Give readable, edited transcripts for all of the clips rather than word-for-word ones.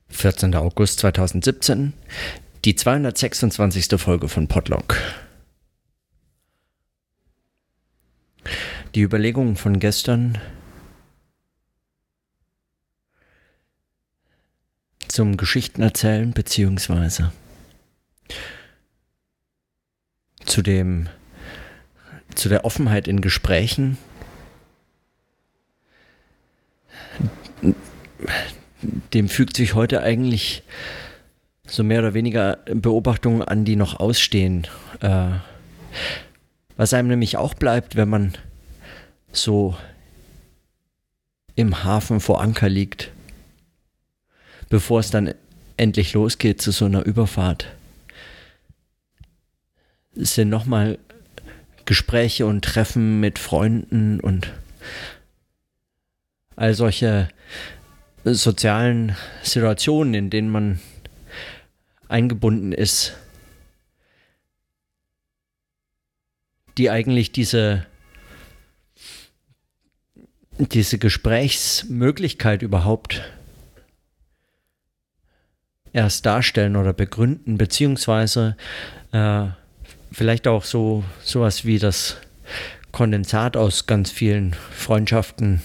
14. August 2017, die 226. Folge von Podlog. Die Überlegungen von gestern zum Geschichtenerzählen beziehungsweise zu der Offenheit in Gesprächen, dem fügt sich heute eigentlich so mehr oder weniger Beobachtungen an, die noch ausstehen. Was einem nämlich auch bleibt, wenn man so im Hafen vor Anker liegt, bevor es dann endlich losgeht zu so einer Überfahrt, sind nochmal Gespräche und Treffen mit Freunden und all solche sozialen Situationen, in denen man eingebunden ist, die eigentlich diese Gesprächsmöglichkeit überhaupt erst darstellen oder begründen, beziehungsweise vielleicht auch sowas wie das Kondensat aus ganz vielen Freundschaften,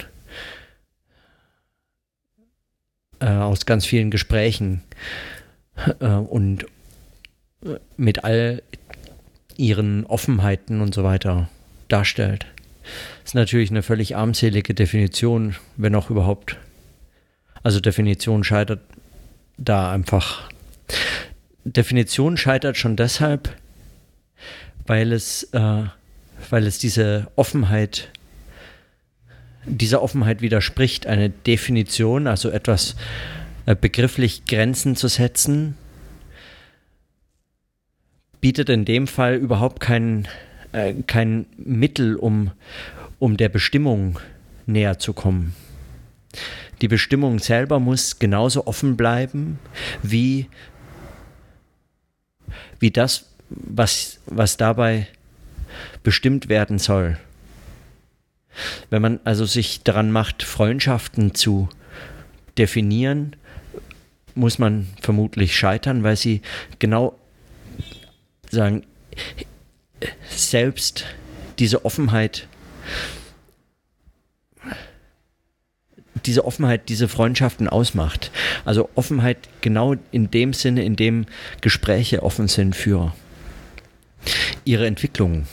aus ganz vielen Gesprächen und mit all ihren Offenheiten und so weiter darstellt. Das ist natürlich eine völlig armselige Definition, wenn auch überhaupt. Also Definition scheitert da einfach. Definition scheitert schon deshalb, weil es dieser Offenheit widerspricht, eine Definition, also etwas begrifflich Grenzen zu setzen, bietet in dem Fall überhaupt kein Mittel, um der Bestimmung näher zu kommen. Die Bestimmung selber muss genauso offen bleiben wie das, was dabei bestimmt werden soll. Wenn man also sich daran macht, Freundschaften zu definieren, muss man vermutlich scheitern, weil sie genau sagen, selbst diese Offenheit, diese Freundschaften ausmacht. Also Offenheit genau in dem Sinne, in dem Gespräche offen sind für ihre Entwicklung.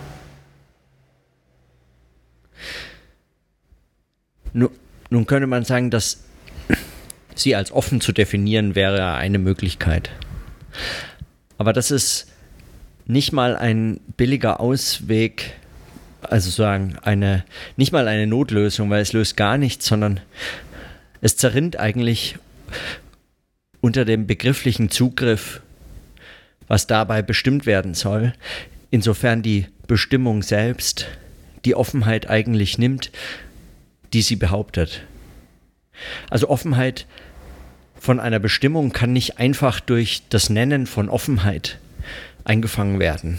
Nun könnte man sagen, dass sie als offen zu definieren wäre eine Möglichkeit. Aber das ist nicht mal ein billiger Ausweg, also sagen, nicht mal eine Notlösung, weil es löst gar nichts, sondern es zerrinnt eigentlich unter dem begrifflichen Zugriff, was dabei bestimmt werden soll, insofern die Bestimmung selbst die Offenheit eigentlich nimmt, die sie behauptet. Also Offenheit von einer Bestimmung kann nicht einfach durch das Nennen von Offenheit eingefangen werden.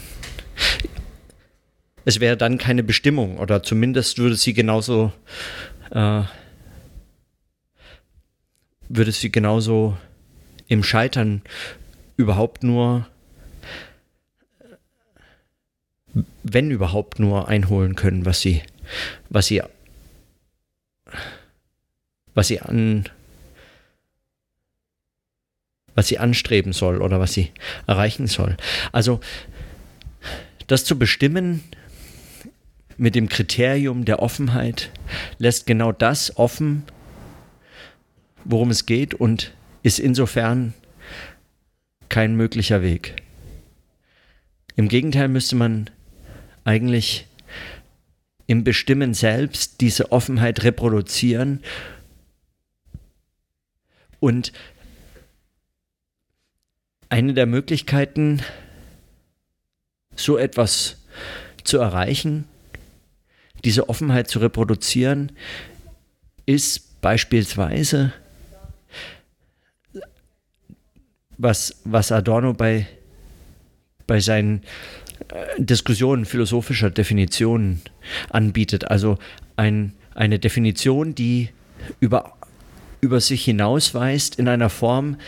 Es wäre dann keine Bestimmung, oder zumindest würde sie genauso im Scheitern überhaupt nur, wenn überhaupt nur, einholen können, was sie anstreben soll oder was sie erreichen soll. Also das zu bestimmen mit dem Kriterium der Offenheit lässt genau das offen, worum es geht, und ist insofern kein möglicher Weg. Im Gegenteil müsste man eigentlich im Bestimmen selbst diese Offenheit reproduzieren und eine der Möglichkeiten, so etwas zu erreichen, diese Offenheit zu reproduzieren, ist beispielsweise, was Adorno bei seinen Diskussionen philosophischer Definitionen anbietet. Also eine Definition, die über über sich hinausweist in einer Form,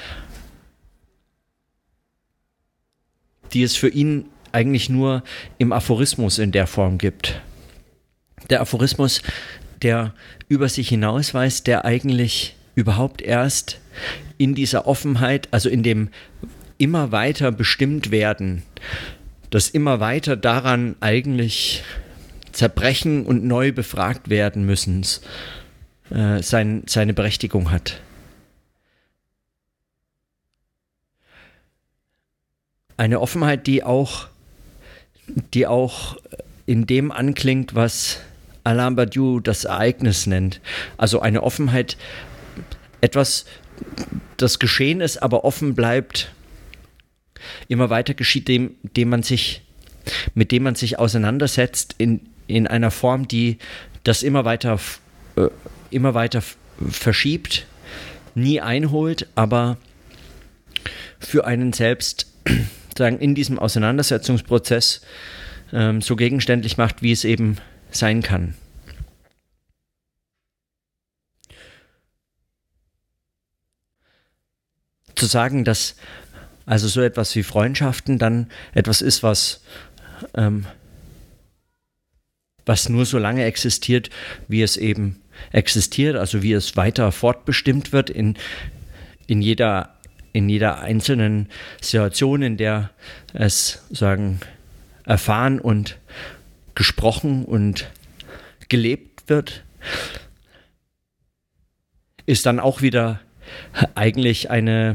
die es für ihn eigentlich nur im Aphorismus in der Form gibt. Der Aphorismus, der über sich hinausweist, der eigentlich überhaupt erst in dieser Offenheit, also in dem immer weiter bestimmt werden, das immer weiter daran eigentlich zerbrechen und neu befragt werden müssen, seine Berechtigung hat. Eine Offenheit, die auch in dem anklingt, was Alain Badiou das Ereignis nennt. Also eine Offenheit, etwas, das geschehen ist, aber offen bleibt, immer weiter geschieht, mit dem man sich auseinandersetzt in einer Form, die das immer weiter verschiebt, nie einholt, aber für einen selbst in diesem Auseinandersetzungsprozess so gegenständlich macht, wie es eben sein kann. Zu sagen, dass also so etwas wie Freundschaften dann etwas ist, was nur so lange existiert, wie es eben existiert, also wie es weiter fortbestimmt wird in jeder einzelnen Situation, in der es erfahren und gesprochen und gelebt wird, ist dann auch wieder eigentlich eine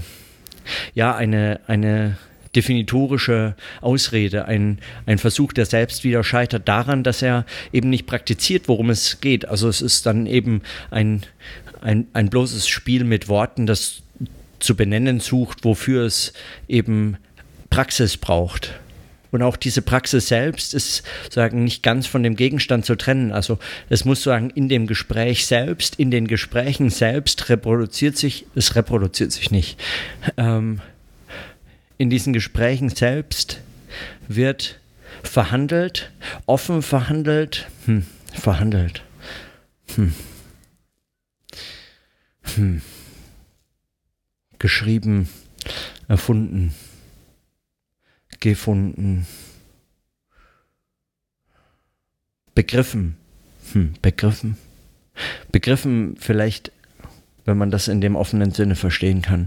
definitorische Ausrede, ein Versuch, der selbst wieder scheitert daran, dass er eben nicht praktiziert, worum es geht. Also es ist dann eben ein bloßes Spiel mit Worten, das zu benennen sucht, wofür es eben Praxis braucht. Und auch diese Praxis selbst ist nicht ganz von dem Gegenstand zu trennen. Also es muss in dem Gespräch selbst, in den Gesprächen selbst reproduziert sich nicht. In diesen Gesprächen selbst wird verhandelt, offen verhandelt, geschrieben, erfunden, gefunden, begriffen, begriffen vielleicht, wenn man das in dem offenen Sinne verstehen kann,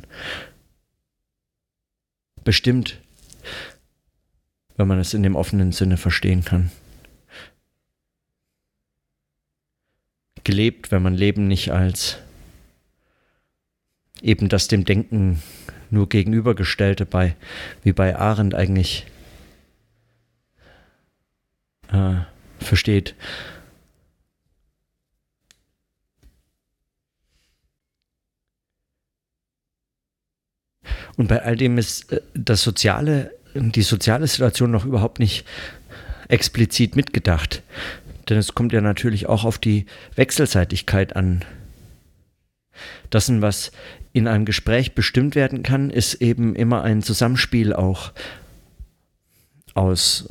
bestimmt, wenn man es in dem offenen Sinne verstehen kann, gelebt, wenn man Leben nicht als eben das dem Denken nur gegenübergestellte wie bei Arendt eigentlich versteht. Und bei all dem ist die soziale Situation noch überhaupt nicht explizit mitgedacht. Denn es kommt ja natürlich auch auf die Wechselseitigkeit an. Das, was in einem Gespräch bestimmt werden kann, ist eben immer ein Zusammenspiel auch aus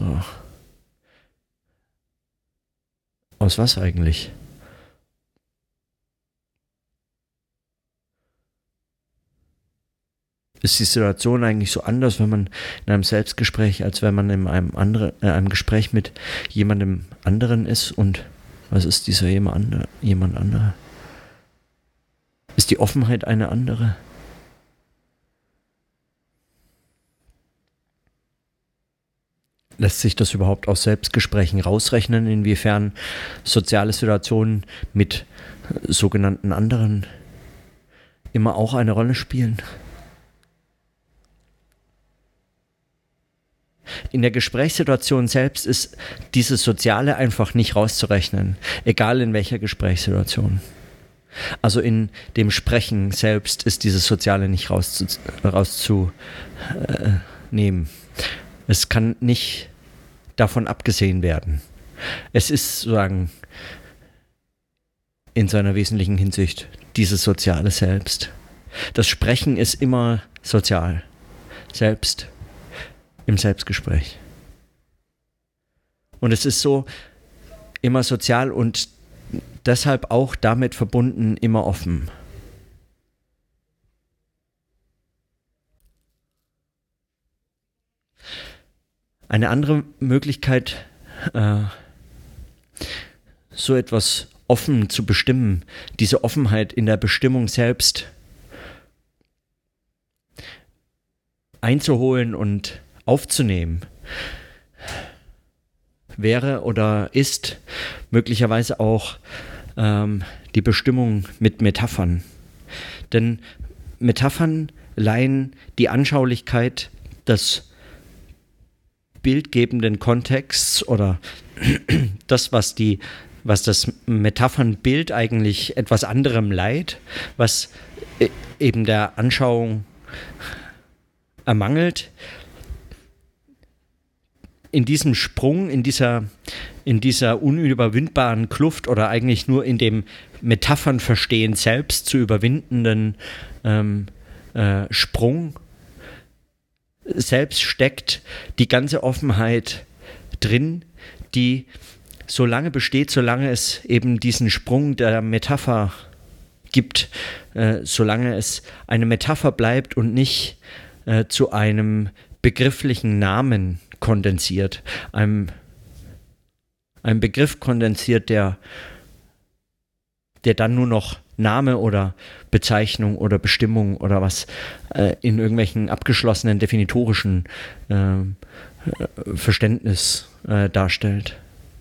was eigentlich? Ist die Situation eigentlich so anders, wenn man in einem Selbstgespräch, als wenn man in einem Gespräch mit jemandem anderen ist? Und was ist dieser jemand anderer? Ist die Offenheit eine andere? Lässt sich das überhaupt aus Selbstgesprächen rausrechnen, inwiefern soziale Situationen mit sogenannten anderen immer auch eine Rolle spielen? In der Gesprächssituation selbst ist dieses Soziale einfach nicht rauszurechnen, egal in welcher Gesprächssituation. Also in dem Sprechen selbst ist dieses Soziale nicht rauszunehmen. Es kann nicht davon abgesehen werden. Es ist in seiner wesentlichen Hinsicht dieses Soziale selbst. Das Sprechen ist immer sozial, selbst im Selbstgespräch. Und es ist so immer sozial und deshalb auch damit verbunden immer offen. Eine andere Möglichkeit, so etwas offen zu bestimmen, diese Offenheit in der Bestimmung selbst einzuholen und aufzunehmen, wäre oder ist möglicherweise auch die Bestimmung mit Metaphern. Denn Metaphern leihen die Anschaulichkeit des bildgebenden Kontexts oder das, was das Metaphernbild eigentlich etwas anderem leiht, was eben der Anschauung ermangelt. In diesem Sprung, in dieser unüberwindbaren Kluft oder eigentlich nur in dem Metaphernverstehen selbst zu überwindenden Sprung selbst steckt die ganze Offenheit drin, die so lange besteht, solange es eben diesen Sprung der Metapher gibt, solange es eine Metapher bleibt und nicht zu einem begrifflichen Namen kondensiert, einem Begriff kondensiert, der dann nur noch Name oder Bezeichnung oder Bestimmung oder was in irgendwelchen abgeschlossenen definitorischen Verständnis darstellt.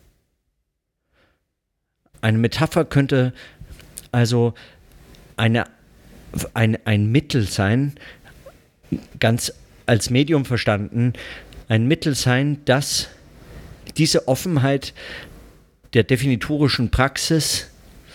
Eine Metapher könnte also ein Mittel sein, ganz als Medium verstanden, ein Mittel sein, das diese Offenheit der definitorischen Praxis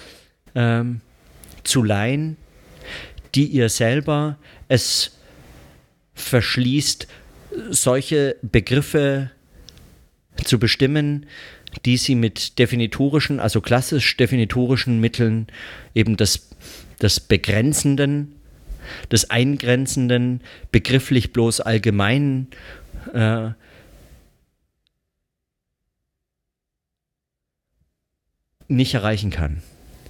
zu leihen, die ihr selber es verschließt, solche Begriffe zu bestimmen, die sie mit definitorischen, also klassisch definitorischen Mitteln eben des Begrenzenden, des Eingrenzenden, begrifflich bloß Allgemeinen nicht erreichen kann.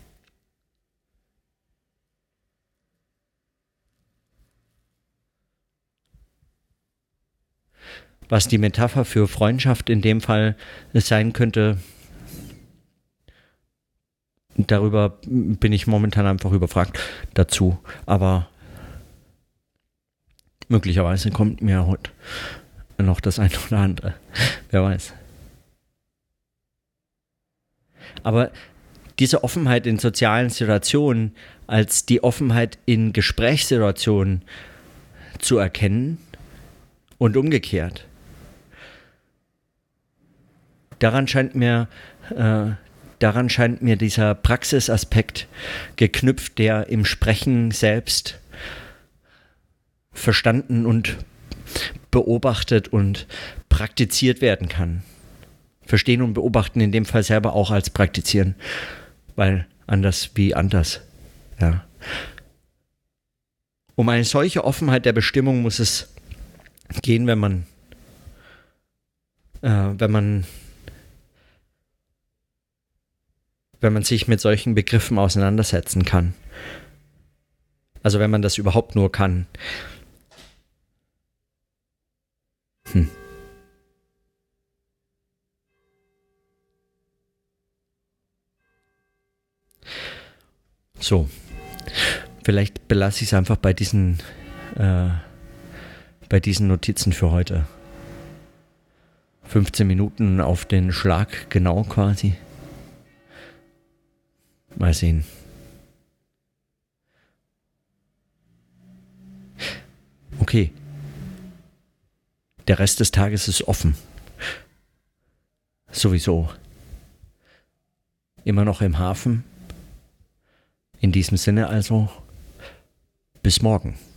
Was die Metapher für Freundschaft in dem Fall sein könnte, darüber bin ich momentan einfach überfragt dazu. Aber möglicherweise kommt mir heute noch das eine oder andere. Wer weiß. Aber diese Offenheit in sozialen Situationen als die Offenheit in Gesprächssituationen zu erkennen und umgekehrt. Daran scheint mir dieser Praxisaspekt geknüpft, der im Sprechen selbst verstanden und beobachtet und praktiziert werden kann. Verstehen und beobachten in dem Fall selber auch als praktizieren, weil anders wie anders. Ja. Um eine solche Offenheit der Bestimmung muss es gehen, wenn man sich mit solchen Begriffen auseinandersetzen kann. Also wenn man das überhaupt nur kann. So, vielleicht belasse ich es einfach bei diesen Notizen für heute. 15 Minuten auf den Schlag genau quasi. Mal sehen. Okay. Der Rest des Tages ist offen. Sowieso. Immer noch im Hafen. In diesem Sinne also, bis morgen.